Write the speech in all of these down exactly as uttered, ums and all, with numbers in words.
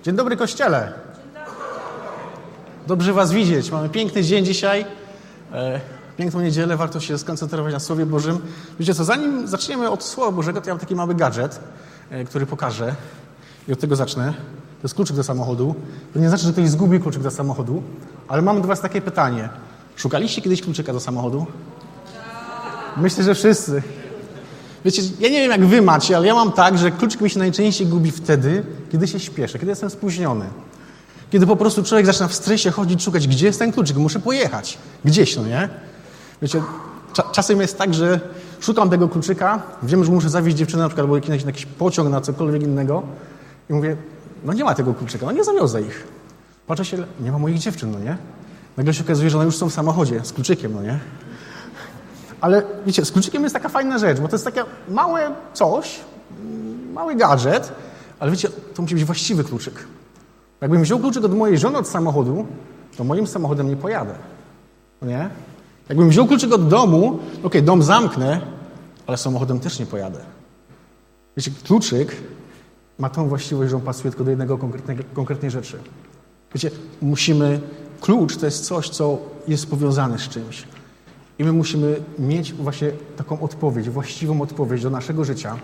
Dzień dobry, Kościele. Dobrze was widzieć. Mamy piękny dzień dzisiaj. E, piękną niedzielę. Warto się skoncentrować na Słowie Bożym. Wiecie co, zanim zaczniemy od Słowa Bożego, to ja mam taki mały gadżet, e, który pokażę. I od tego zacznę. To jest kluczyk do samochodu. To nie znaczy, że ktoś zgubił kluczyk do samochodu, ale mam do was takie pytanie. Szukaliście kiedyś kluczyka do samochodu? Myślę, że wszyscy. Wiecie, ja nie wiem jak wy macie, ale ja mam tak, że kluczyk mi się najczęściej gubi wtedy, kiedy się śpieszę, kiedy jestem spóźniony. Kiedy po prostu człowiek zaczyna w stresie chodzić, szukać, gdzie jest ten kluczyk, muszę pojechać. Gdzieś, no nie? Wiecie, cza- czasem jest tak, że szukam tego kluczyka, wiem, że muszę zawieźć dziewczynę na przykład, albo jakiś, jakiś pociąg na cokolwiek innego i mówię, no nie ma tego kluczyka, no nie zawiozę ich. Patrzę się, nie ma moich dziewczyn, no nie? Nagle się okazuje, że one już są w samochodzie z kluczykiem, no nie? Ale wiecie, z kluczykiem jest taka fajna rzecz, bo to jest takie małe coś, mały gadżet, ale wiecie, to musi być właściwy kluczyk. Jakbym wziął kluczyk od mojej żony od samochodu, to moim samochodem nie pojadę. No nie? Jakbym wziął kluczyk od domu, okej, okay, dom zamknę, ale samochodem też nie pojadę. Wiecie, kluczyk ma tą właściwość, że on pasuje tylko do jednego konkretnej, konkretnej rzeczy. Wiecie, musimy, klucz to jest coś, co jest powiązane z czymś. I my musimy mieć właśnie taką odpowiedź, właściwą odpowiedź do naszego życia.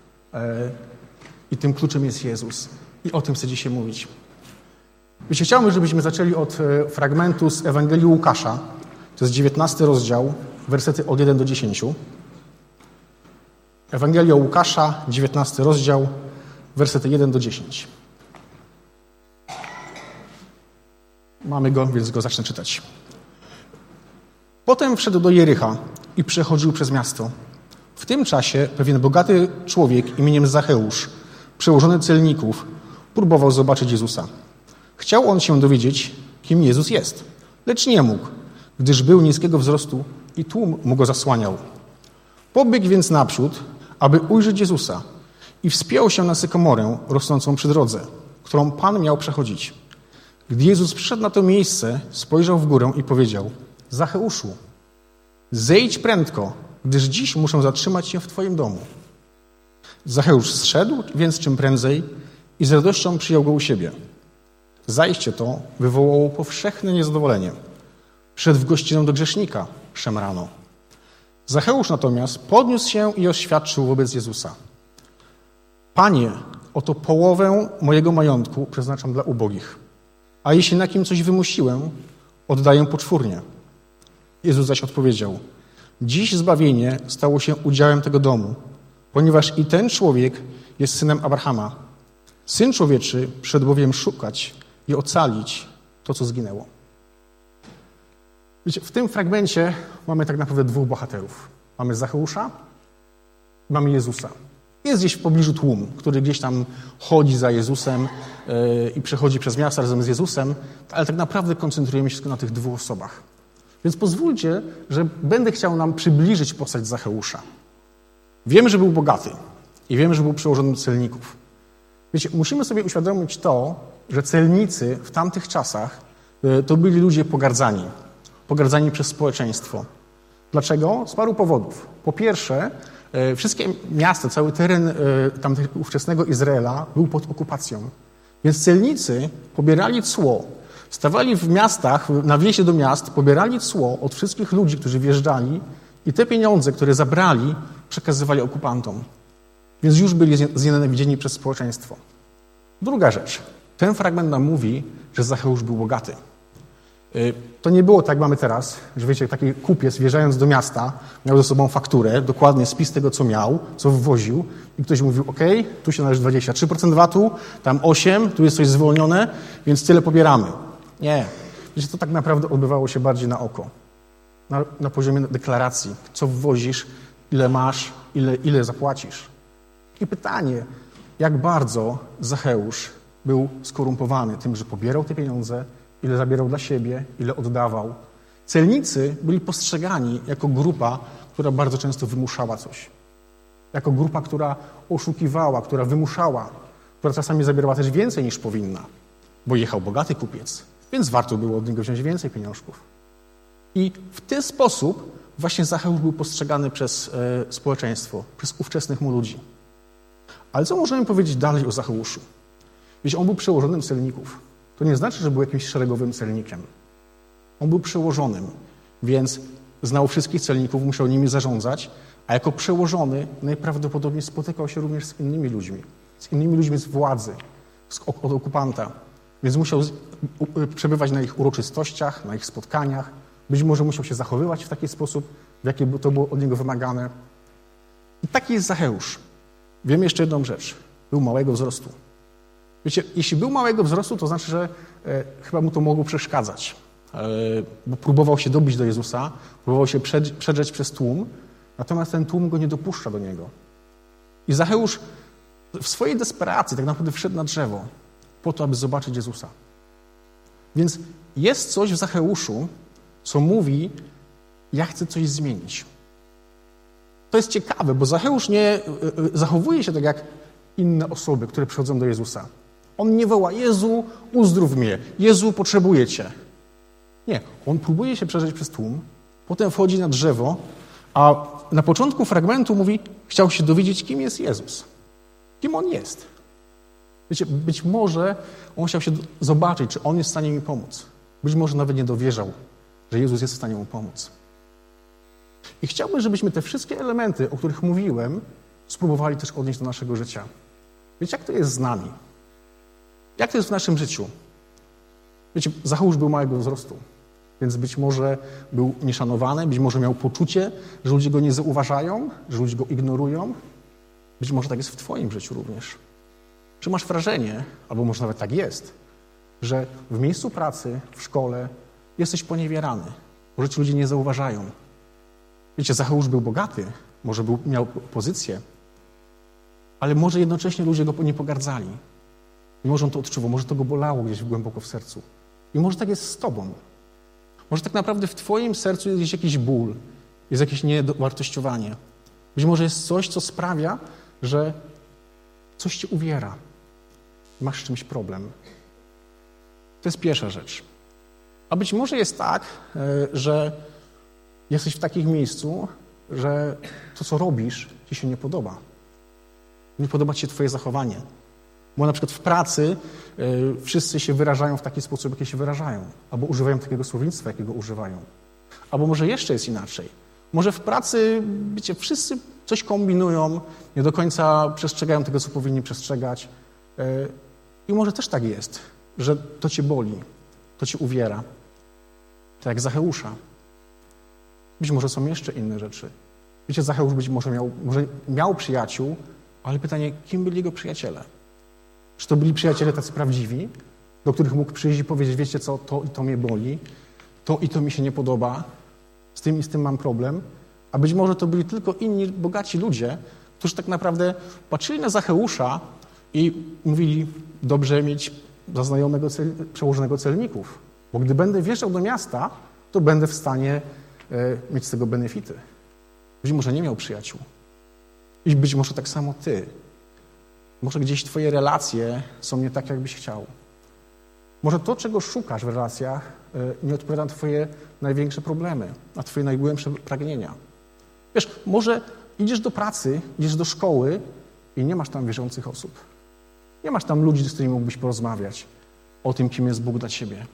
I tym kluczem jest Jezus. I o tym chcę dzisiaj mówić. Wiecie, chciałbym, żebyśmy zaczęli od fragmentu z Ewangelii Łukasza. To jest dziewiętnasty rozdział, wersety od jeden do dziesięciu. Ewangelia Łukasza, dziewiętnasty rozdział, wersety jeden do dziesięciu. Mamy go, więc go zacznę czytać. Potem wszedł do Jericha i przechodził przez miasto. W tym czasie pewien bogaty człowiek imieniem Zacheusz, przełożony celników, próbował zobaczyć Jezusa. Chciał on się dowiedzieć, kim Jezus jest, lecz nie mógł, gdyż był niskiego wzrostu i tłum mu go zasłaniał. Pobiegł więc naprzód, aby ujrzeć Jezusa i wspiął się na sykomorę rosnącą przy drodze, którą Pan miał przechodzić. Gdy Jezus przyszedł na to miejsce, spojrzał w górę i powiedział: Zacheuszu, zejdź prędko, gdyż dziś muszę zatrzymać się w Twoim domu. Zacheusz zszedł więc czym prędzej i z radością przyjął go u siebie. Zajście to wywołało powszechne niezadowolenie. Wszedł w gościnę do grzesznika, szemrano. Zacheusz natomiast podniósł się i oświadczył wobec Jezusa: Panie, oto połowę mojego majątku przeznaczam dla ubogich, a jeśli na kim coś wymusiłem, oddaję poczwórnie. Jezus zaś odpowiedział: Dziś zbawienie stało się udziałem tego domu, ponieważ i ten człowiek jest synem Abrahama. Syn Człowieczy przyszedł bowiem szukać i ocalić to, co zginęło. Wiecie, w tym fragmencie mamy tak naprawdę dwóch bohaterów. Mamy Zacheusza i mamy Jezusa. Jest gdzieś w pobliżu tłum, który gdzieś tam chodzi za Jezusem yy, i przechodzi przez miasto razem z Jezusem, ale tak naprawdę koncentrujemy się tylko na tych dwóch osobach. Więc pozwólcie, że będę chciał nam przybliżyć postać Zacheusza. Wiemy, że był bogaty i wiemy, że był przełożonym celników. Wiecie, musimy sobie uświadomić to, że celnicy w tamtych czasach to byli ludzie pogardzani. Pogardzani przez społeczeństwo. Dlaczego? Z paru powodów. Po pierwsze, wszystkie miasta, cały teren tamtego ówczesnego Izraela był pod okupacją. Więc celnicy pobierali cło. Stawali w miastach, na wjeździe do miast, pobierali cło od wszystkich ludzi, którzy wjeżdżali i te pieniądze, które zabrali, przekazywali okupantom. Więc już byli znienawidzeni przez społeczeństwo. Druga rzecz. Ten fragment nam mówi, że Zacheusz był bogaty. To nie było tak, jak mamy teraz, że wiecie, taki kupiec wjeżdżając do miasta miał ze sobą fakturę, dokładnie spis tego, co miał, co wwoził i ktoś mówił: ok, tu się należy dwadzieścia trzy procent vatu, tam osiem procent, tu jest coś zwolnione, więc tyle pobieramy. Nie. Wiecie, to tak naprawdę odbywało się bardziej na oko. Na, na poziomie deklaracji. Co wwozisz, ile masz, ile, ile zapłacisz. I pytanie, jak bardzo Zacheusz był skorumpowany tym, że pobierał te pieniądze, ile zabierał dla siebie, ile oddawał. Celnicy byli postrzegani jako grupa, która bardzo często wymuszała coś. Jako grupa, która oszukiwała, która wymuszała, która czasami zabierała też więcej niż powinna, bo jechał bogaty kupiec, więc warto było od niego wziąć więcej pieniążków. I w ten sposób właśnie Zacheusz był postrzegany przez e, społeczeństwo, przez ówczesnych mu ludzi. Ale co możemy powiedzieć dalej o Zacheuszu? Wiecie, on był przełożonym celników. To nie znaczy, że był jakimś szeregowym celnikiem. On był przełożonym, więc znał wszystkich celników, musiał nimi zarządzać, a jako przełożony najprawdopodobniej spotykał się również z innymi ludźmi, z innymi ludźmi z władzy, z, od okupanta. Więc musiał z, u, przebywać na ich uroczystościach, na ich spotkaniach. Być może musiał się zachowywać w taki sposób, w jaki to było od niego wymagane. I taki jest Zacheusz. Wiemy jeszcze jedną rzecz. Był małego wzrostu. Wiecie, jeśli był małego wzrostu, to znaczy, że e, chyba mu to mogło przeszkadzać. E, bo próbował się dobić do Jezusa, próbował się przed, przedrzeć przez tłum, natomiast ten tłum go nie dopuszcza do niego. I Zacheusz w swojej desperacji tak naprawdę wszedł na drzewo po to, aby zobaczyć Jezusa. Więc jest coś w Zacheuszu, co mówi, ja chcę coś zmienić. To jest ciekawe, bo Zacheusz nie zachowuje się tak jak inne osoby, które przychodzą do Jezusa. On nie woła, Jezu, uzdrów mnie, Jezu, potrzebuję Cię. Nie, on próbuje się przeżyć przez tłum, potem wchodzi na drzewo, a na początku fragmentu mówi, chciał się dowiedzieć, kim jest Jezus. Kim On jest. Wiecie, być może on chciał się zobaczyć, czy On jest w stanie mi pomóc. Być może nawet nie dowierzał, że Jezus jest w stanie mu pomóc. I chciałbym, żebyśmy te wszystkie elementy, o których mówiłem, spróbowali też odnieść do naszego życia. Wiecie, jak to jest z nami? Jak to jest w naszym życiu? Wiecie, Zacheusz był małego wzrostu, więc być może był nieszanowany, być może miał poczucie, że ludzie go nie zauważają, że ludzie go ignorują. Być może tak jest w twoim życiu również. Czy masz wrażenie, albo może nawet tak jest, że w miejscu pracy, w szkole jesteś poniewierany, może ci ludzie nie zauważają. Wiecie, Zacheusz był bogaty, może był, miał pozycję, ale może jednocześnie ludzie go nie pogardzali. I może on to odczuwał, może to go bolało gdzieś głęboko w sercu. I może tak jest z tobą. Może tak naprawdę w twoim sercu jest jakiś ból, jest jakieś niedowartościowanie. Być może jest coś, co sprawia, że coś cię uwiera. Masz z czymś problem. To jest pierwsza rzecz. A być może jest tak, że jesteś w takim miejscu, że to, co robisz, ci się nie podoba. Nie podoba ci się twoje zachowanie. Bo na przykład w pracy y, wszyscy się wyrażają w taki sposób, jaki się wyrażają. Albo używają takiego słownictwa, jakiego używają. Albo może jeszcze jest inaczej. Może w pracy, wiecie, wszyscy coś kombinują, nie do końca przestrzegają tego, co powinni przestrzegać. Y, I może też tak jest, że to cię boli, to cię uwiera. Tak jak Zacheusza. Być może są jeszcze inne rzeczy. Wiecie, Zacheusz być może miał, może miał przyjaciół, ale pytanie, kim byli jego przyjaciele? Czy to byli przyjaciele tacy prawdziwi, do których mógł przyjść i powiedzieć, wiecie co, to i to mnie boli, to i to mi się nie podoba, z tym i z tym mam problem, a być może to byli tylko inni bogaci ludzie, którzy tak naprawdę patrzyli na Zacheusza i mówili, dobrze mieć za znajomego cel, przełożonego celników, bo gdy będę wjeżdżał do miasta, to będę w stanie e, mieć z tego benefity. Być może nie miał przyjaciół. I być może tak samo ty. Może gdzieś twoje relacje są nie tak, jakbyś chciał. Może to, czego szukasz w relacjach, nie odpowiada na twoje największe problemy, na twoje najgłębsze pragnienia. Wiesz, może idziesz do pracy, idziesz do szkoły i nie masz tam wierzących osób. Nie masz tam ludzi, z którymi mógłbyś porozmawiać o tym, kim jest Bóg dla ciebie.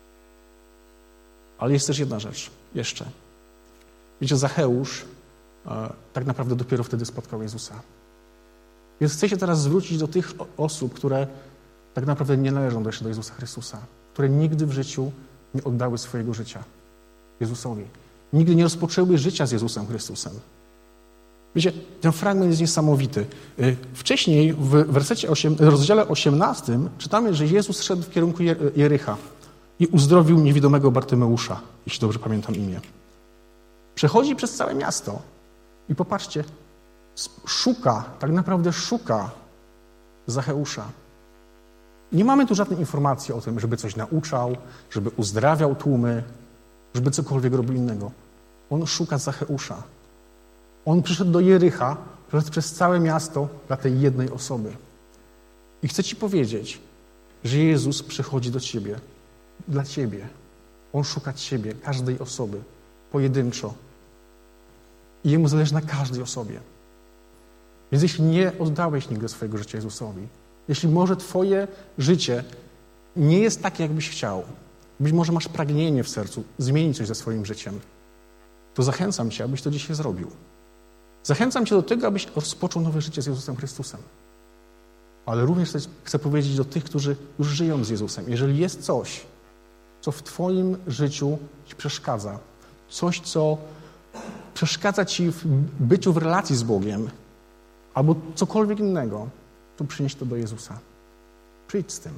Ale jest też jedna rzecz, jeszcze. Wiecie, Zacheusz e, tak naprawdę dopiero wtedy spotkał Jezusa. Więc chcę się teraz zwrócić do tych osób, które tak naprawdę nie należą jeszcze do Jezusa Chrystusa, które nigdy w życiu nie oddały swojego życia Jezusowi. Nigdy nie rozpoczęły życia z Jezusem Chrystusem. Wiecie, ten fragment jest niesamowity. Wcześniej w wersecie osiem, rozdziale osiemnastym czytamy, że Jezus szedł w kierunku Jericha i uzdrowił niewidomego Bartymeusza, jeśli dobrze pamiętam imię. Przechodzi przez całe miasto i popatrzcie, szuka, tak naprawdę szuka Zacheusza. Nie mamy tu żadnej informacji o tym, żeby coś nauczał, żeby uzdrawiał tłumy, żeby cokolwiek robił innego. On szuka Zacheusza. On przyszedł do Jericha, przeszedł przez całe miasto dla tej jednej osoby. I chcę ci powiedzieć, że Jezus przychodzi do ciebie, dla ciebie. On szuka ciebie, każdej osoby, pojedynczo. I Jemu zależy na każdej osobie. Więc jeśli nie oddałeś nigdy swojego życia Jezusowi, jeśli może twoje życie nie jest takie, jakbyś chciał, być może masz pragnienie w sercu zmienić coś ze swoim życiem, to zachęcam cię, abyś to dzisiaj zrobił. Zachęcam cię do tego, abyś rozpoczął nowe życie z Jezusem Chrystusem. Ale również chcę powiedzieć do tych, którzy już żyją z Jezusem. Jeżeli jest coś, co w twoim życiu ci przeszkadza, coś, co przeszkadza ci w byciu w relacji z Bogiem, albo cokolwiek innego, to przynieś to do Jezusa. Przyjdź z tym.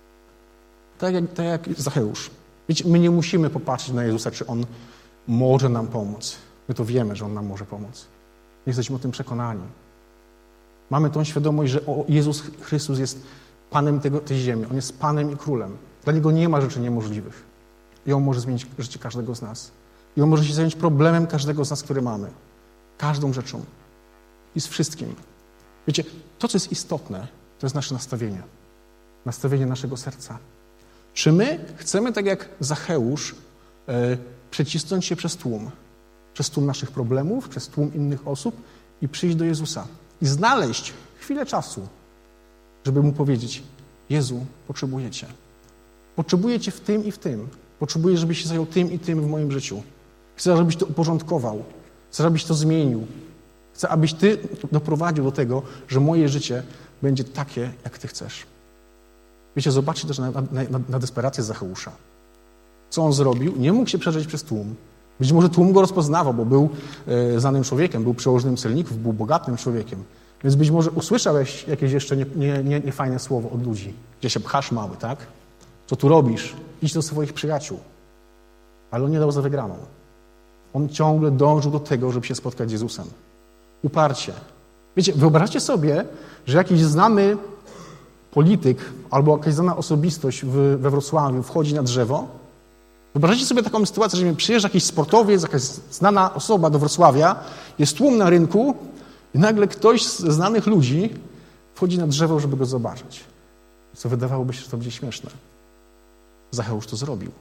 Tak jak, tak jak Zacheusz. Wiecie, my nie musimy popatrzeć na Jezusa, czy On może nam pomóc. My to wiemy, że On nam może pomóc. Jesteśmy o tym przekonani. Mamy tą świadomość, że Jezus Chrystus jest Panem tego, tej ziemi. On jest Panem i Królem. Dla Niego nie ma rzeczy niemożliwych. I On może zmienić życie każdego z nas. I On może się zająć problemem każdego z nas, który mamy. Każdą rzeczą. I z wszystkim. Wiecie, to, co jest istotne, to jest nasze nastawienie. Nastawienie naszego serca. Czy my chcemy, tak jak Zacheusz, e, przecisnąć się przez tłum? Przez tłum naszych problemów, przez tłum innych osób i przyjść do Jezusa. I znaleźć chwilę czasu, żeby Mu powiedzieć: Jezu, potrzebuję Cię. Potrzebuję Cię w tym i w tym. Potrzebuję, żebyś się zajął tym i tym w moim życiu. Chcę, żebyś to uporządkował. Chcę, żebyś to zmienił. Chcę, abyś Ty doprowadził do tego, że moje życie będzie takie, jak Ty chcesz. Wiecie, zobaczcie też na, na, na, na desperację Zacheusza. Co on zrobił? Nie mógł się przeżyć przez tłum. Być może tłum go rozpoznawał, bo był e, znanym człowiekiem, był przełożonym celników, był bogatym człowiekiem. Więc być może usłyszał jakieś jeszcze niefajne nie, nie, nie fajne słowo od ludzi. Gdzie się pchasz, mały, tak? Co tu robisz? Idź do swoich przyjaciół. Ale on nie dał za wygraną. On ciągle dążył do tego, żeby się spotkać z Jezusem. Uparcie. Wiecie, wyobraźcie sobie, że jakiś znany polityk albo jakaś znana osobistość w, we Wrocławiu wchodzi na drzewo. Wyobraźcie sobie taką sytuację, że przyjeżdża jakiś sportowiec, jakaś znana osoba do Wrocławia, jest tłum na rynku i nagle ktoś z znanych ludzi wchodzi na drzewo, żeby go zobaczyć. Co wydawałoby się, że to będzie śmieszne. Zacheusz to zrobił.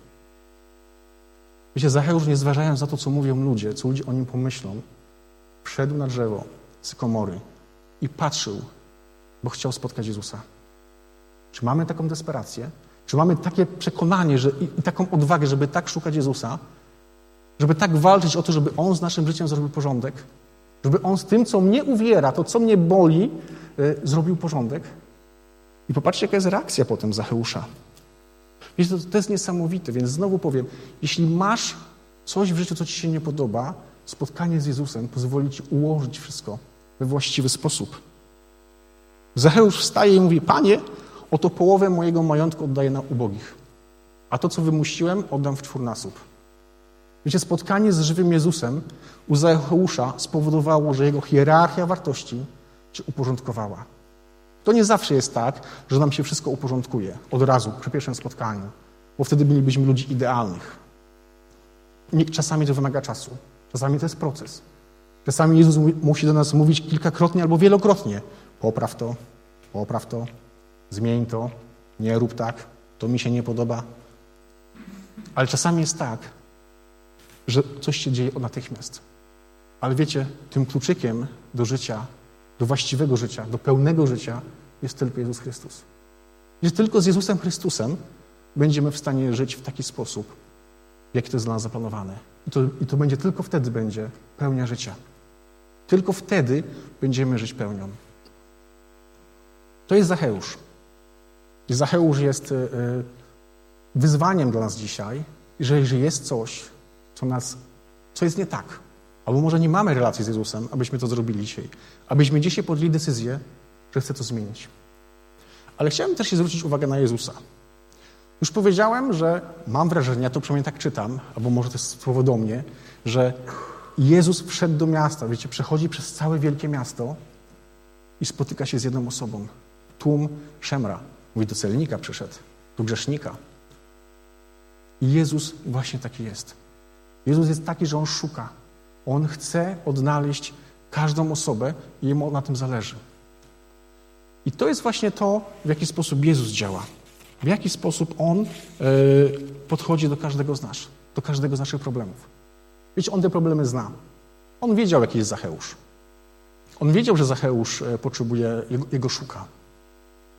Wiecie, Zacheusz, nie zważając na to, co mówią ludzie, co ludzie o nim pomyślą, wszedł na drzewo sykomory i patrzył, bo chciał spotkać Jezusa. Czy mamy taką desperację? Czy mamy takie przekonanie że, i, i taką odwagę, żeby tak szukać Jezusa? Żeby tak walczyć o to, żeby On z naszym życiem zrobił porządek? Żeby On z tym, co mnie uwiera, to, co mnie boli, y, zrobił porządek? I popatrzcie, jaka jest reakcja potem Zacheusza. Wiecie, to, to jest niesamowite, więc znowu powiem, jeśli masz coś w życiu, co ci się nie podoba, spotkanie z Jezusem pozwoli ci ułożyć wszystko we właściwy sposób. Zacheusz wstaje i mówi: Panie, oto połowę mojego majątku oddaję na ubogich, a to, co wymusiłem, oddam w czwórnasób. Wiecie, spotkanie z żywym Jezusem u Zacheusza spowodowało, że jego hierarchia wartości się uporządkowała. To nie zawsze jest tak, że nam się wszystko uporządkuje od razu, przy pierwszym spotkaniu, bo wtedy bylibyśmy ludzi idealnych. Czasami to wymaga czasu, czasami to jest proces. Czasami Jezus musi do nas mówić kilkakrotnie albo wielokrotnie: popraw to, popraw to, zmień to, nie rób tak, to mi się nie podoba. Ale czasami jest tak, że coś się dzieje natychmiast. Ale wiecie, tym kluczykiem do życia, do właściwego życia, do pełnego życia jest tylko Jezus Chrystus. Jest tylko z Jezusem Chrystusem będziemy w stanie żyć w taki sposób, jaki to jest dla nas zaplanowane. I to, i to będzie tylko wtedy będzie pełnia życia. Tylko wtedy będziemy żyć pełnią. To jest Zacheusz. I Zacheusz jest wyzwaniem dla nas dzisiaj, że jeżeli jest coś, co nas, co jest nie tak, albo może nie mamy relacji z Jezusem, abyśmy to zrobili dzisiaj, abyśmy dzisiaj podjęli decyzję, że chcę to zmienić. Ale chciałem też się zwrócić uwagę na Jezusa. Już powiedziałem, że mam wrażenie, ja to przynajmniej tak czytam, albo może to jest słowo do mnie, że Jezus wszedł do miasta, wiecie, przechodzi przez całe wielkie miasto i spotyka się z jedną osobą. Tłum szemra. Mówi, do celnika przyszedł, do grzesznika. I Jezus właśnie taki jest. Jezus jest taki, że On szuka. On chce odnaleźć każdą osobę i Jemu na tym zależy. I to jest właśnie to, w jaki sposób Jezus działa. W jaki sposób On y, podchodzi do każdego z nas, do każdego z naszych problemów. Wiecie, On te problemy zna. On wiedział, jaki jest Zacheusz. On wiedział, że Zacheusz potrzebuje, jego, jego szuka.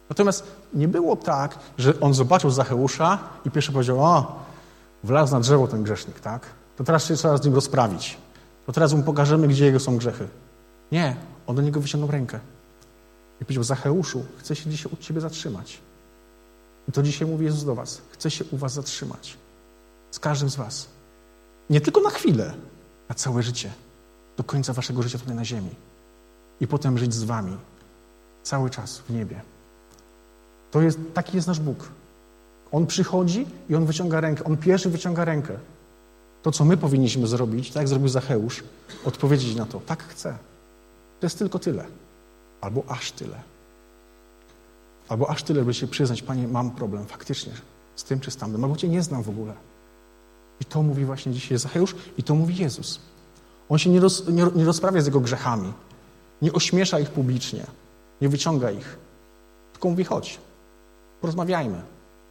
Natomiast nie było tak, że on zobaczył Zacheusza i pierwszy powiedział, o, wlazł na drzewo ten grzesznik, tak? To teraz się trzeba z nim rozprawić. To teraz mu pokażemy, gdzie jego są grzechy. Nie, on do niego wyciągnął rękę. I powiedział, Zacheuszu, chcę się dzisiaj u ciebie zatrzymać. I to dzisiaj mówi Jezus do was. Chcę się u was zatrzymać. Z każdym z was. Nie tylko na chwilę, na całe życie. Do końca waszego życia tutaj na ziemi. I potem żyć z wami. Cały czas w niebie. To jest, taki jest nasz Bóg. On przychodzi i On wyciąga rękę. On pierwszy wyciąga rękę. To, co my powinniśmy zrobić, tak jak zrobił Zacheusz, odpowiedzieć na to. Tak chcę. To jest tylko tyle. Albo aż tyle. Albo aż tyle, by się przyznać, Panie, mam problem faktycznie z tym czy z tamtym. Albo Cię nie znam w ogóle. I to mówi właśnie dzisiaj Zacheusz i to mówi Jezus. On się nie, roz, nie, nie rozprawia z jego grzechami. Nie ośmiesza ich publicznie. Nie wyciąga ich. Tylko mówi, chodź. Porozmawiajmy.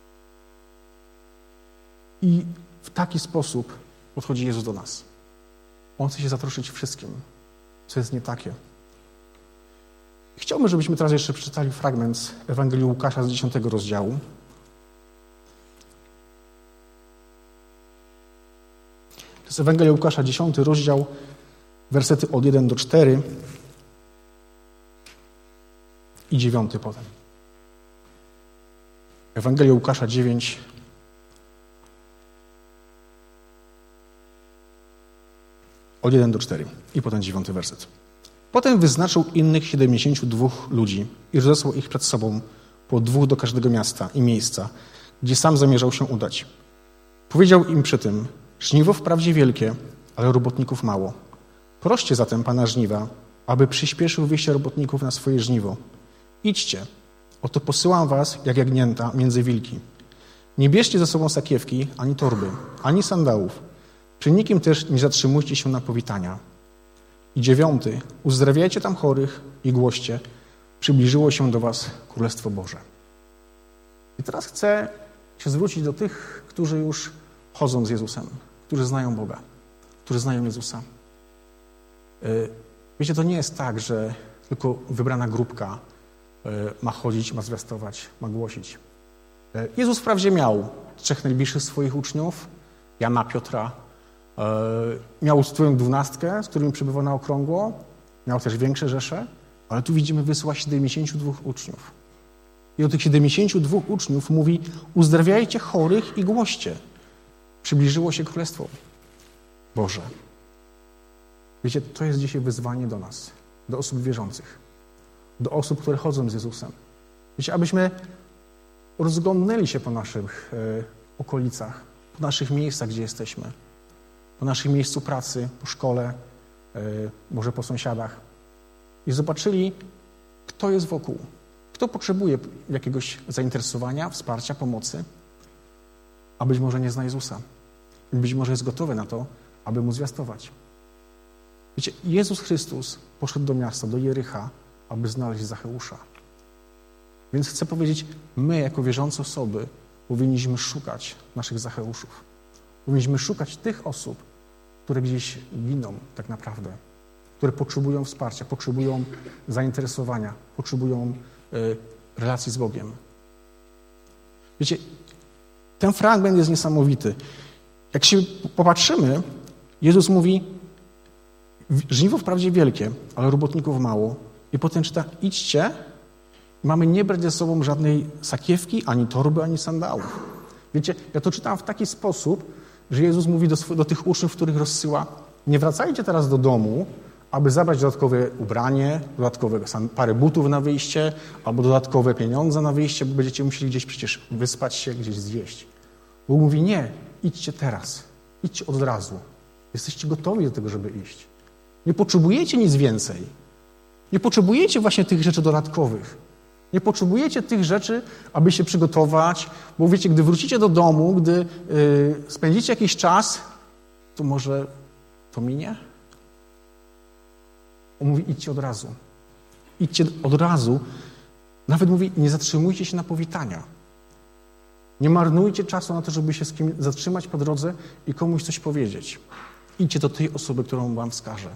I w taki sposób podchodzi Jezus do nas. On chce się zatroszczyć wszystkim, co jest nie takie. Chciałbym, żebyśmy teraz jeszcze przeczytali fragment z Ewangelii Łukasza z dziesiątego rozdziału. To jest Ewangelia Łukasza, dziesiąty rozdział, wersety od jeden do czterech i dziewiąty potem. Ewangelia Łukasza dziewięć, od jeden do czterech i potem dziewiąty werset. Potem wyznaczył innych siedemdziesięciu dwóch ludzi i rozesłał ich przed sobą po dwóch do każdego miasta i miejsca, gdzie sam zamierzał się udać. Powiedział im przy tym, żniwo wprawdzie wielkie, ale robotników mało. Proście zatem Pana żniwa, aby przyspieszył wyjście robotników na swoje żniwo. Idźcie, oto posyłam was, jak jagnięta, między wilki. Nie bierzcie ze sobą sakiewki, ani torby, ani sandałów. Przy nikim też nie zatrzymujcie się na powitania. I dziewiąty, uzdrawiajcie tam chorych i głoście, przybliżyło się do was Królestwo Boże. I teraz chcę się zwrócić do tych, którzy już chodzą z Jezusem, którzy znają Boga, którzy znają Jezusa. Wiecie, to nie jest tak, że tylko wybrana grupka ma chodzić, ma zwiastować, ma głosić. Jezus wprawdzie miał trzech najbliższych swoich uczniów, Jana, Piotra, miał swoją dwunastkę, z którymi przebywał na okrągło, miał też większe rzesze, ale tu widzimy, wysyła siedemdziesięciu dwóch uczniów. I do tych siedemdziesięciu dwóch uczniów mówi, uzdrawiajcie chorych i głoście. Przybliżyło się Królestwo Boże. Wiecie, to jest dzisiaj wyzwanie do nas, do osób wierzących, do osób, które chodzą z Jezusem. Wiecie, abyśmy rozglądnęli się po naszych e, okolicach, po naszych miejscach, gdzie jesteśmy, po naszym miejscu pracy, po szkole, e, może po sąsiadach i zobaczyli, kto jest wokół, kto potrzebuje jakiegoś zainteresowania, wsparcia, pomocy, a być może nie zna Jezusa. I być może jest gotowy na to, aby mu zwiastować. Wiecie, Jezus Chrystus poszedł do miasta, do Jericha, aby znaleźć Zacheusza. Więc chcę powiedzieć, my jako wierzące osoby powinniśmy szukać naszych Zacheuszów. Powinniśmy szukać tych osób, które gdzieś giną tak naprawdę, które potrzebują wsparcia, potrzebują zainteresowania, potrzebują y, relacji z Bogiem. Wiecie, ten fragment jest niesamowity. Jak się popatrzymy, Jezus mówi, żniwo wprawdzie wielkie, ale robotników mało. I potem czyta, idźcie, mamy nie brać ze sobą żadnej sakiewki, ani torby, ani sandałów. Wiecie, ja to czytam w taki sposób, że Jezus mówi do, sw- do tych uczniów, których rozsyła, nie wracajcie teraz do domu, aby zabrać dodatkowe ubranie, dodatkowe parę butów na wyjście, albo dodatkowe pieniądze na wyjście, bo będziecie musieli gdzieś przecież wyspać się, gdzieś zjeść. Bóg mówi, nie, idźcie teraz, idźcie od razu. Jesteście gotowi do tego, żeby iść. Nie potrzebujecie nic więcej. Nie potrzebujecie właśnie tych rzeczy dodatkowych. Nie potrzebujecie tych rzeczy, aby się przygotować, bo wiecie, gdy wrócicie do domu, gdy yy, spędzicie jakiś czas, to może to minie? On mówi, idźcie od razu. Idźcie od razu. Nawet mówi, nie zatrzymujcie się na powitania. Nie marnujcie czasu na to, żeby się z kimś zatrzymać po drodze i komuś coś powiedzieć. Idźcie do tej osoby, którą wam wskaże.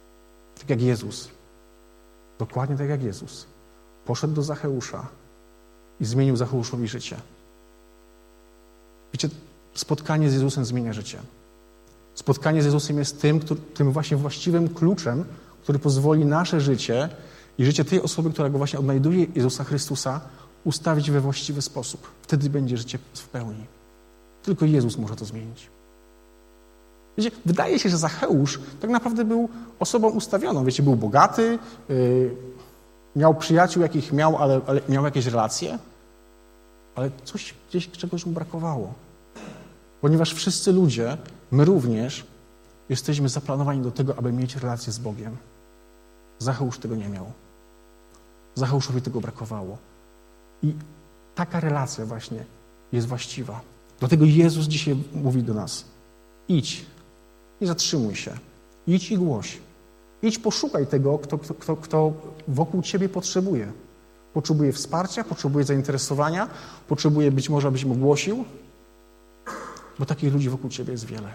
Tak jak Jezus. Dokładnie tak jak Jezus. Poszedł do Zacheusza i zmienił Zacheuszowi życie. Wiecie, spotkanie z Jezusem zmienia życie. Spotkanie z Jezusem jest tym, który, tym właśnie właściwym kluczem, który pozwoli nasze życie i życie tej osoby, która go właśnie odnajduje, Jezusa Chrystusa, ustawić we właściwy sposób. Wtedy będzie życie w pełni. Tylko Jezus może to zmienić. Wiecie, wydaje się, że Zacheusz tak naprawdę był osobą ustawioną. Wiecie, był bogaty, yy, miał przyjaciół, jakich miał, ale, ale miał jakieś relacje, ale coś gdzieś, czegoś mu brakowało. Ponieważ wszyscy ludzie, my również, jesteśmy zaplanowani do tego, aby mieć relację z Bogiem. Zacheusz tego nie miał. Zacheuszowi tego brakowało. I taka relacja właśnie jest właściwa. Dlatego Jezus dzisiaj mówi do nas: idź, nie zatrzymuj się, idź i głoś. Idź, poszukaj tego, kto, kto, kto, kto wokół ciebie potrzebuje. Potrzebuje wsparcia, potrzebuje zainteresowania, potrzebuje być może, abyś mu głosił, bo takich ludzi wokół ciebie jest wiele.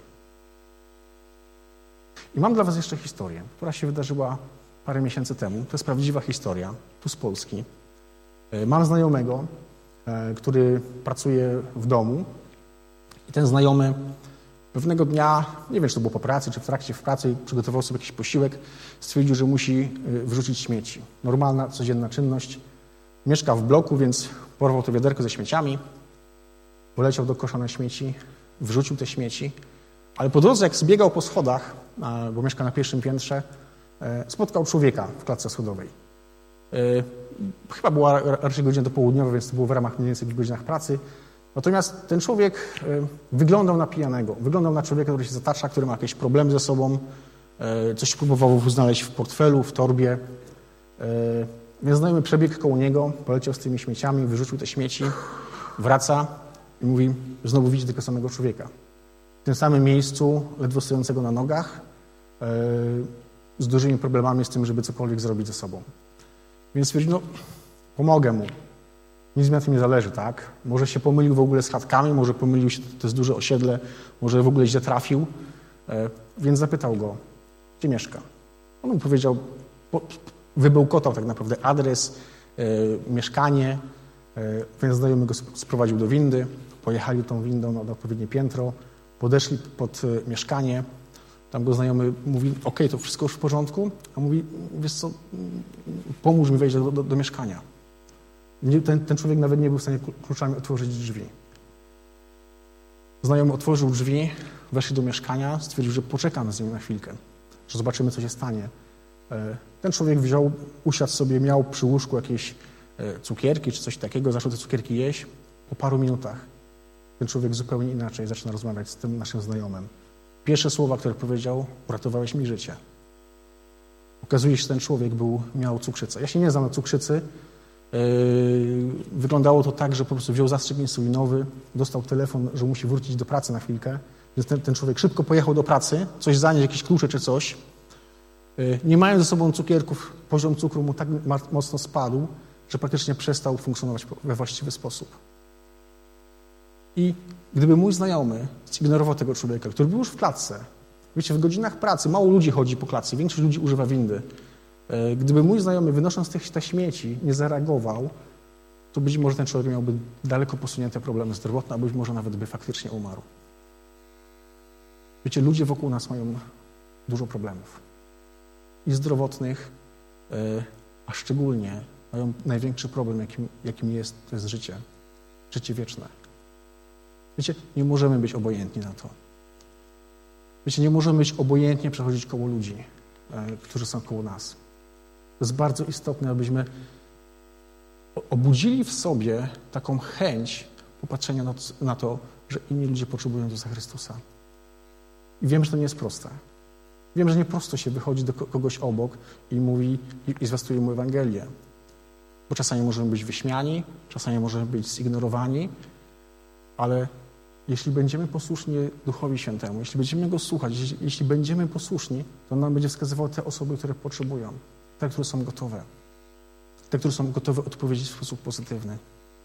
I mam dla was jeszcze historię, która się wydarzyła parę miesięcy temu. To jest prawdziwa historia, tu z Polski. Mam znajomego, który pracuje w domu i ten znajomy pewnego dnia, nie wiem, czy to było po pracy, czy w trakcie w pracy, przygotował sobie jakiś posiłek, stwierdził, że musi wyrzucić śmieci. Normalna, codzienna czynność. Mieszka w bloku, więc porwał to wiaderko ze śmieciami, poleciał do kosza na śmieci, wrzucił te śmieci, ale po drodze, jak zbiegał po schodach, bo mieszka na pierwszym piętrze, spotkał człowieka w klatce schodowej. Chyba była raczej godzina dopołudniowa, więc to było w ramach mniej więcej w godzinach pracy. Natomiast ten człowiek wyglądał na pijanego. Wyglądał na człowieka, który się zatacza, który ma jakieś problemy ze sobą, coś próbował znaleźć w portfelu, w torbie. Więc znajomy przebiegł koło niego, poleciał z tymi śmieciami, wyrzucił te śmieci, wraca i mówi, znowu widzi tego samego człowieka. W tym samym miejscu, ledwo stojącego na nogach, z dużymi problemami z tym, żeby cokolwiek zrobić ze sobą. Więc stwierdził, no pomogę mu. Nic mi na tym nie zależy, tak? Może się pomylił w ogóle z chatkami, może pomylił się, to jest duże osiedle, może w ogóle źle trafił. Więc zapytał go, gdzie mieszka. On mu powiedział, wybełkotał tak naprawdę adres, mieszkanie, więc znajomy go sprowadził do windy, pojechali tą windą na odpowiednie piętro, podeszli pod mieszkanie. Tam go znajomy mówi, okej, okay, to wszystko już w porządku. A mówi, wiesz co, pomóż mi wejść do, do, do mieszkania. Ten, ten człowiek nawet nie był w stanie kluczami otworzyć drzwi. Znajomy otworzył drzwi, weszli do mieszkania, stwierdził, że poczekam z nim na chwilkę, że zobaczymy, co się stanie. Ten człowiek wziął, usiadł sobie, miał przy łóżku jakieś cukierki czy coś takiego, zaczął te cukierki jeść. Po paru minutach ten człowiek zupełnie inaczej zaczyna rozmawiać z tym naszym znajomym. Pierwsze słowa, które powiedział, uratowałeś mi życie. Okazuje się, że ten człowiek był, miał cukrzycę. Ja się nie znam na cukrzycy. Yy, wyglądało to tak, że po prostu wziął zastrzyk insulinowy, dostał telefon, że musi wrócić do pracy na chwilkę. Więc ten, ten człowiek szybko pojechał do pracy, coś zanieść, jakieś klucze czy coś. Yy, nie mając ze sobą cukierków, poziom cukru mu tak mocno spadł, że praktycznie przestał funkcjonować we właściwy sposób. I gdyby mój znajomy zignorował tego człowieka, który był już w klatce, wiecie, w godzinach pracy mało ludzi chodzi po klatce, większość ludzi używa windy. Gdyby mój znajomy, wynosząc te, te śmieci, nie zareagował, to być może ten człowiek miałby daleko posunięte problemy zdrowotne, a być może nawet by faktycznie umarł. Wiecie, ludzie wokół nas mają dużo problemów. I zdrowotnych, a szczególnie mają największy problem, jakim, jakim jest, to jest życie. Życie wieczne. Wiecie, nie możemy być obojętni na to. Wiecie, nie możemy być obojętnie przechodzić koło ludzi, e, którzy są koło nas. To jest bardzo istotne, abyśmy obudzili w sobie taką chęć popatrzenia na, na to, że inni ludzie potrzebują Jezusa Chrystusa. I wiem, że to nie jest proste. Wiem, że nie prosto się wychodzi do kogoś obok i mówi i, i zwiastuje mu Ewangelię. Bo czasami możemy być wyśmiani, czasami możemy być zignorowani, ale jeśli będziemy posłuszni Duchowi Świętemu, jeśli będziemy Go słuchać, jeśli, jeśli będziemy posłuszni, to On nam będzie wskazywał te osoby, które potrzebują, te, które są gotowe, te, które są gotowe odpowiedzieć w sposób pozytywny.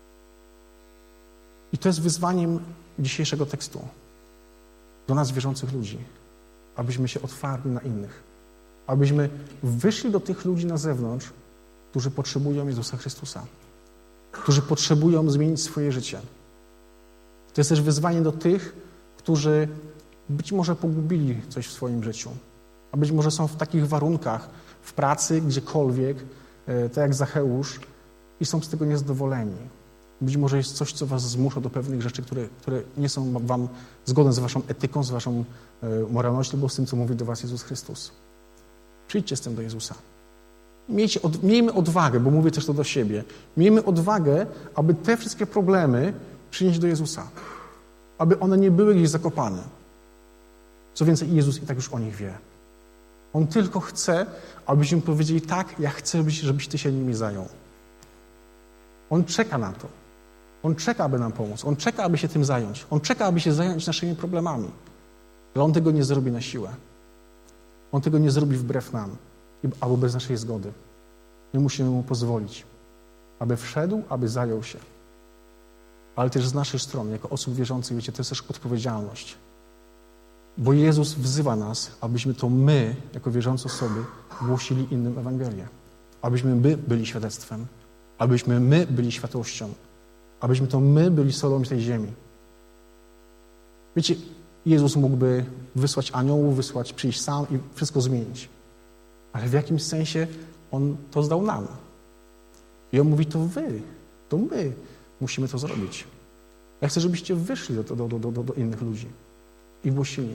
I to jest wyzwaniem dzisiejszego tekstu do nas wierzących ludzi, abyśmy się otwarli na innych, abyśmy wyszli do tych ludzi na zewnątrz, którzy potrzebują Jezusa Chrystusa. którzy potrzebują zmienić swoje życie. To jest też wyzwanie do tych, którzy być może pogubili coś w swoim życiu, a być może są w takich warunkach, w pracy, gdziekolwiek, tak jak Zacheusz, i są z tego niezadowoleni. Być może jest coś, co was zmusza do pewnych rzeczy, które, które nie są wam zgodne z waszą etyką, z waszą moralnością, albo z tym, co mówi do was Jezus Chrystus. Przyjdźcie z tym do Jezusa. Miejcie od, miejmy odwagę, bo mówię też to do siebie. Miejmy odwagę, aby te wszystkie problemy przynieść do Jezusa. Aby one nie były gdzieś zakopane. Co więcej, Jezus i tak już o nich wie. On tylko chce, abyśmy powiedzieli tak, ja chcę, żebyś Ty się nimi zajął. On czeka na to. On czeka, aby nam pomóc. On czeka, aby się tym zająć. On czeka, aby się zająć naszymi problemami. Ale On tego nie zrobi na siłę. On tego nie zrobi wbrew nam, albo bez naszej zgody. My musimy Mu pozwolić, aby wszedł, aby zajął się. Ale też z naszej strony, jako osób wierzących, wiecie, to jest też odpowiedzialność. Bo Jezus wzywa nas, abyśmy to my, jako wierzące osoby, głosili innym Ewangelię. Abyśmy my byli świadectwem. Abyśmy my byli światłością. Abyśmy to my byli solą tej ziemi. Wiecie, Jezus mógłby wysłać aniołów, wysłać, przyjść sam i wszystko zmienić. Ale w jakimś sensie On to zdał nam. I On mówi, to wy, to my musimy to zrobić. Ja chcę, żebyście wyszli do, do, do, do, do innych ludzi i głosili.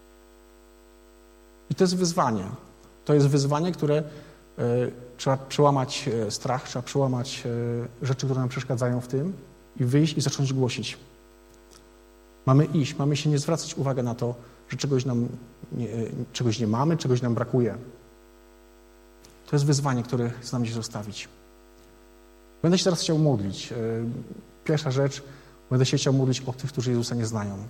I to jest wyzwanie. To jest wyzwanie, które e, trzeba przełamać e, strach, trzeba przełamać e, rzeczy, które nam przeszkadzają w tym i wyjść i zacząć głosić. Mamy iść, mamy się nie zwracać uwagi na to, że czegoś nam nie, czegoś nie mamy, czegoś nam brakuje. To jest wyzwanie, które chcę nam dziś zostawić. Będę się teraz chciał modlić. Pierwsza rzecz, będę się chciał modlić o tych, którzy Jezusa nie znają.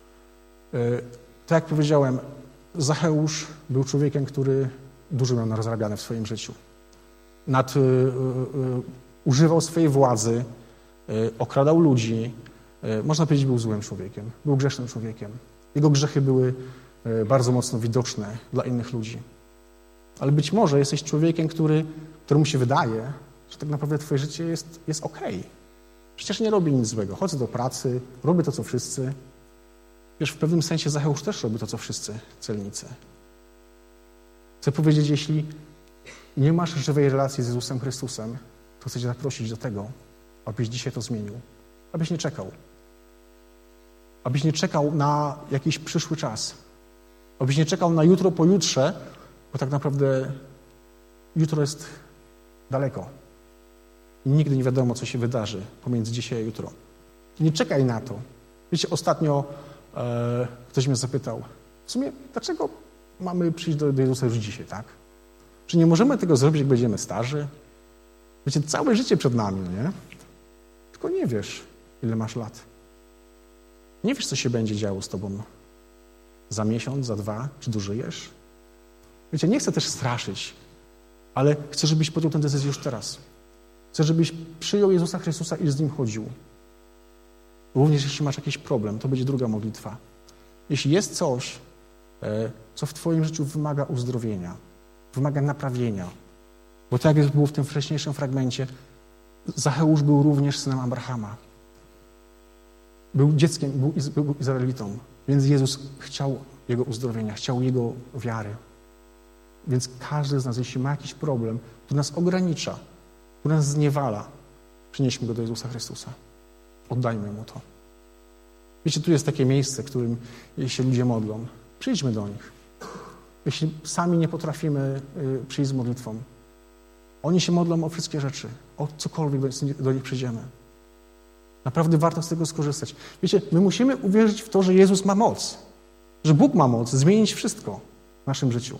Tak jak powiedziałem, Zacheusz był człowiekiem, który dużo miał narozrabiane w swoim życiu. Nad, y, y, y, używał swojej władzy, y, okradał ludzi. Y, można powiedzieć, był złym człowiekiem. Był grzesznym człowiekiem. Jego grzechy były y, bardzo mocno widoczne dla innych ludzi. Ale być może jesteś człowiekiem, który, któremu się wydaje, że tak naprawdę twoje życie jest, jest okej. Przecież nie robię nic złego. Chodzę do pracy, robię to, co wszyscy. Wiesz, w pewnym sensie Zacheusz też robi to, co wszyscy celnicy. Chcę powiedzieć, jeśli nie masz żywej relacji z Jezusem Chrystusem, to chcę Cię zaprosić do tego, abyś dzisiaj to zmienił. Abyś nie czekał. Abyś nie czekał na jakiś przyszły czas. Abyś nie czekał na jutro, pojutrze, bo tak naprawdę jutro jest daleko. I nigdy nie wiadomo, co się wydarzy pomiędzy dzisiaj a jutro. Nie czekaj na to. Wiecie, ostatnio e, ktoś mnie zapytał, w sumie, dlaczego mamy przyjść do, do Jezusa już dzisiaj, tak? Czy nie możemy tego zrobić, jak będziemy starzy? Wiecie, całe życie przed nami, no nie? Tylko nie wiesz, ile masz lat. Nie wiesz, co się będzie działo z tobą za miesiąc, za dwa, czy dożyjesz. Wiecie, nie chcę też straszyć, ale chcę, żebyś podjął tę decyzję już teraz. Chcę, żebyś przyjął Jezusa Chrystusa i z Nim chodził. Również jeśli masz jakiś problem, to będzie druga modlitwa. Jeśli jest coś, co w twoim życiu wymaga uzdrowienia, wymaga naprawienia, bo tak jak było w tym wcześniejszym fragmencie, Zacheusz był również synem Abrahama. Był dzieckiem, był, Iz- był Izraelitą, więc Jezus chciał jego uzdrowienia, chciał jego wiary. Więc każdy z nas, jeśli ma jakiś problem, który nas ogranicza, który nas zniewala, przynieśmy go do Jezusa Chrystusa. Oddajmy Mu to. Wiecie, tu jest takie miejsce, w którym się ludzie modlą. Przyjdźmy do nich. Jeśli sami nie potrafimy przyjść z modlitwą, oni się modlą o wszystkie rzeczy, o cokolwiek do nich przyjdziemy. Naprawdę warto z tego skorzystać. Wiecie, my musimy uwierzyć w to, że Jezus ma moc, że Bóg ma moc zmienić wszystko w naszym życiu.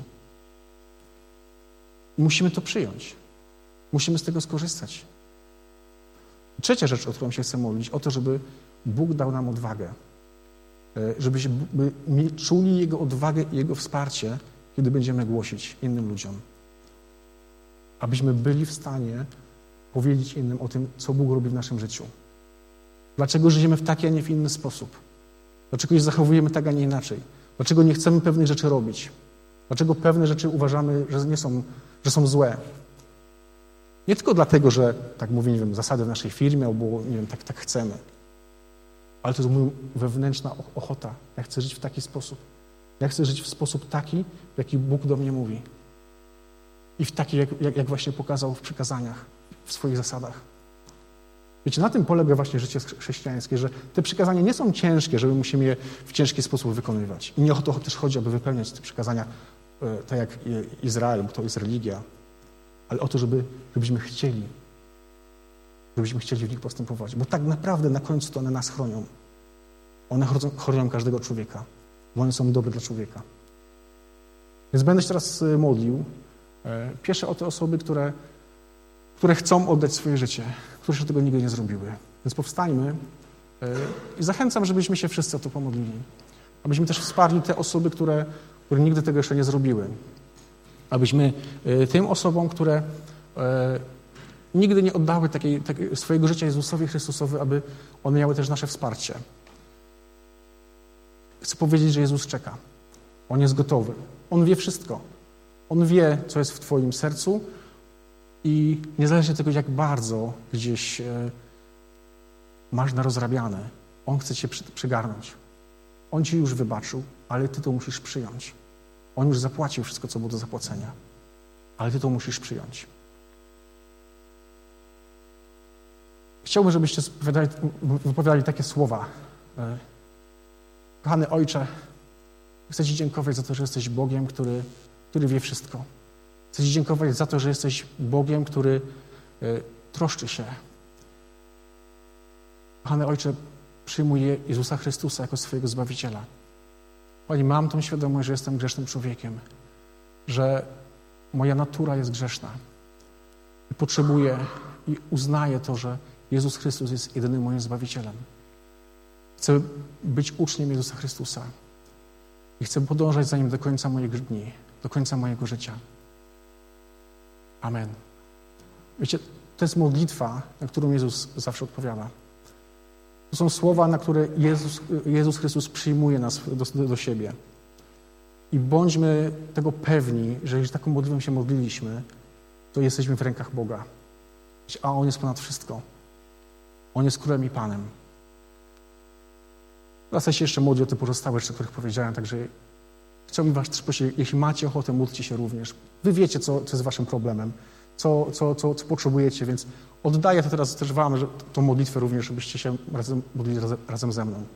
Musimy to przyjąć. Musimy z tego skorzystać. Trzecia rzecz, o którą się chcę modlić, o to, żeby Bóg dał nam odwagę. Żebyśmy czuli Jego odwagę i Jego wsparcie, kiedy będziemy głosić innym ludziom. Abyśmy byli w stanie powiedzieć innym o tym, co Bóg robi w naszym życiu. Dlaczego żyjemy w taki, a nie w inny sposób? Dlaczego się zachowujemy tak, a nie inaczej? Dlaczego nie chcemy pewnych rzeczy robić? Dlaczego pewne rzeczy uważamy, że nie są, że są złe? Nie tylko dlatego, że, tak mówię, nie wiem, zasady w naszej firmie, albo, nie wiem, tak, tak chcemy. Ale to jest moja wewnętrzna ochota. Ja chcę żyć w taki sposób. Ja chcę żyć w sposób taki, w jaki Bóg do mnie mówi. I w taki, jak, jak, jak właśnie pokazał w przykazaniach, w swoich zasadach. Wiecie, na tym polega właśnie życie chrześcijańskie, że te przykazania nie są ciężkie, że my musimy je w ciężki sposób wykonywać. I nie o to też chodzi, aby wypełniać te przykazania tak jak Izrael, bo to jest religia, ale o to, żeby, żebyśmy chcieli, żebyśmy chcieli w nich postępować. Bo tak naprawdę na końcu to one nas chronią. One chronią każdego człowieka, bo one są dobre dla człowieka. Więc będę się teraz modlił. Pieszę o te osoby, które, które chcą oddać swoje życie, które jeszcze tego nigdy nie zrobiły. Więc powstańmy i zachęcam, żebyśmy się wszyscy o to pomodlili. Abyśmy też wsparli te osoby, które, które nigdy tego jeszcze nie zrobiły. Abyśmy tym osobom, które nigdy nie oddały takiej, takiej swojego życia Jezusowi Chrystusowi, aby one miały też nasze wsparcie. Chcę powiedzieć, że Jezus czeka. On jest gotowy. On wie wszystko. On wie, co jest w twoim sercu i niezależnie od tego, jak bardzo gdzieś masz narozrabiane, On chce cię przygarnąć. On ci już wybaczył, ale ty to musisz przyjąć. On już zapłacił wszystko, co było do zapłacenia, ale ty to musisz przyjąć. Chciałbym, żebyście wypowiadali takie słowa. Kochany Ojcze, chcę Ci dziękować za to, że jesteś Bogiem, który, który wie wszystko. Chcę Ci dziękować za to, że jesteś Bogiem, który y, troszczy się. Kochany Ojcze, przyjmuję Jezusa Chrystusa jako swojego Zbawiciela. Panie, mam tą świadomość, że jestem grzesznym człowiekiem, że moja natura jest grzeszna i potrzebuję i uznaję to, że Jezus Chrystus jest jedynym moim Zbawicielem. Chcę być uczniem Jezusa Chrystusa i chcę podążać za Nim do końca moich dni, do końca mojego życia. Amen. Wiecie, to jest modlitwa, na którą Jezus zawsze odpowiada. To są słowa, na które Jezus, Jezus Chrystus przyjmuje nas do, do siebie. I bądźmy tego pewni, że jeżeli taką modlitwą się modliliśmy, to jesteśmy w rękach Boga. A On jest ponad wszystko. On jest Królem i Panem. Teraz ja się jeszcze modlę o te pozostałe rzeczy, o których powiedziałem, także chciałbym was też prosić, jeśli macie ochotę, módlcie się również. Wy wiecie, co, co jest waszym problemem, co, co, co, co potrzebujecie, więc oddaję to teraz też wam, że tą modlitwę również, żebyście się razem modlili razem, razem ze mną.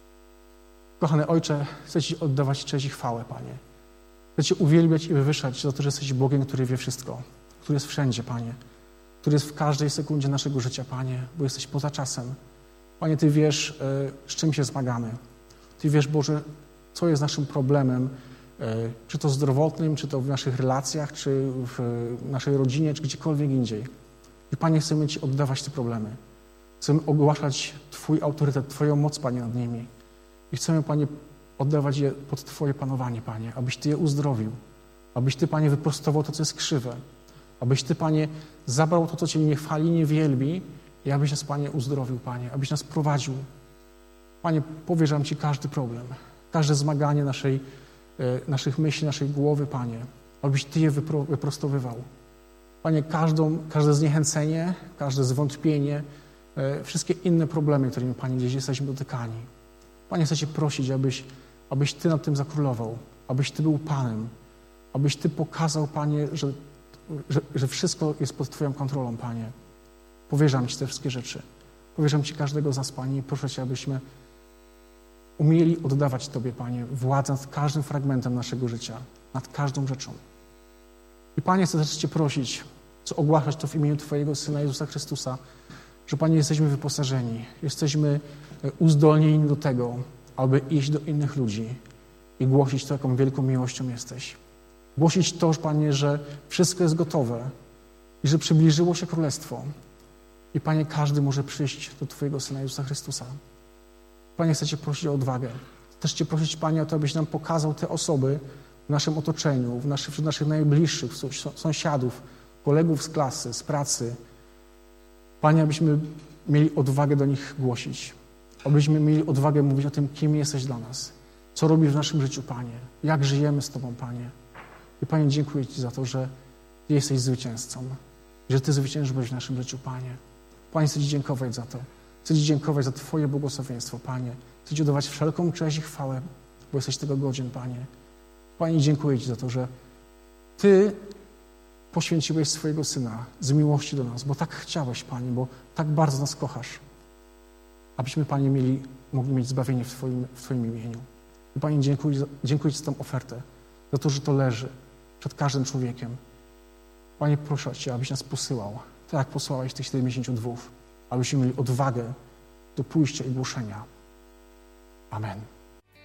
Kochany Ojcze, chcę Ci oddawać cześć i chwałę, Panie. Chcę Cię uwielbiać i wywyższać za to, że jesteś Bogiem, który wie wszystko, który jest wszędzie, Panie, który jest w każdej sekundzie naszego życia, Panie, bo jesteś poza czasem. Panie, Ty wiesz, z czym się zmagamy. Ty wiesz, Boże, co jest naszym problemem, czy to zdrowotnym, czy to w naszych relacjach, czy w naszej rodzinie, czy gdziekolwiek indziej. I Panie, chcemy Ci oddawać te problemy. Chcemy ogłaszać Twój autorytet, Twoją moc, Panie, nad nimi. I chcemy, Panie, oddawać je pod Twoje panowanie, Panie, abyś Ty je uzdrowił, abyś Ty, Panie, wyprostował to, co jest krzywe, abyś Ty, Panie, zabrał to, co Cię nie chwali, nie wielbi i abyś nas, Panie, uzdrowił, Panie, abyś nas prowadził. Panie, powierzam Ci każdy problem, każde zmaganie naszej, naszych myśli, naszej głowy, Panie, abyś Ty je wypro, wyprostowywał. Panie, każdą, każde zniechęcenie, każde zwątpienie, wszystkie inne problemy, którymi, Panie, gdzieś jesteśmy dotykani. Panie, chcę Cię prosić, abyś, abyś Ty nad tym zakrólował, abyś Ty był Panem, abyś Ty pokazał, Panie, że, że, że wszystko jest pod Twoją kontrolą, Panie. Powierzam Ci te wszystkie rzeczy. Powierzam Ci każdego z nas, Panie, i proszę Cię, abyśmy umieli oddawać Tobie, Panie, władzę nad każdym fragmentem naszego życia, nad każdą rzeczą. I Panie, chcę też Cię prosić, co ogłaszać to w imieniu Twojego Syna Jezusa Chrystusa, że, Panie, jesteśmy wyposażeni, jesteśmy uzdolnieni do tego, aby iść do innych ludzi i głosić to, jaką wielką miłością jesteś. Głosić to, Panie, że wszystko jest gotowe i że przybliżyło się Królestwo. I, Panie, każdy może przyjść do Twojego Syna Jezusa Chrystusa. Panie, chcę Cię prosić o odwagę. Też Cię prosić, Panie, o to, abyś nam pokazał te osoby w naszym otoczeniu, w naszych, wśród naszych najbliższych, sąsiadów, kolegów z klasy, z pracy. Panie, abyśmy mieli odwagę do nich głosić. Abyśmy mieli odwagę mówić o tym, kim jesteś dla nas. Co robisz w naszym życiu, Panie. Jak żyjemy z Tobą, Panie. I, Panie, dziękuję Ci za to, że Ty jesteś zwycięzcą. że Ty zwyciężyłeś w naszym życiu, Panie. Panie, chcę Ci dziękować za to. Chcę Ci dziękować za Twoje błogosławieństwo, Panie. Chcę Ci oddawać wszelką cześć i chwałę, bo jesteś tego godzien, Panie. Panie, dziękuję Ci za to, że Ty poświęciłeś swojego Syna z miłości do nas, bo tak chciałeś, Panie, bo tak bardzo nas kochasz, abyśmy, Panie, mieli, mogli mieć zbawienie w Twoim, w Twoim imieniu. I Panie, dziękuję, dziękuję Ci za tę ofertę, za to, że to leży przed każdym człowiekiem. Panie, proszę Cię, abyś nas posyłał, tak jak posłałeś tych siedemdziesięciu dwóch, abyśmy mieli odwagę do pójścia i głoszenia. Amen.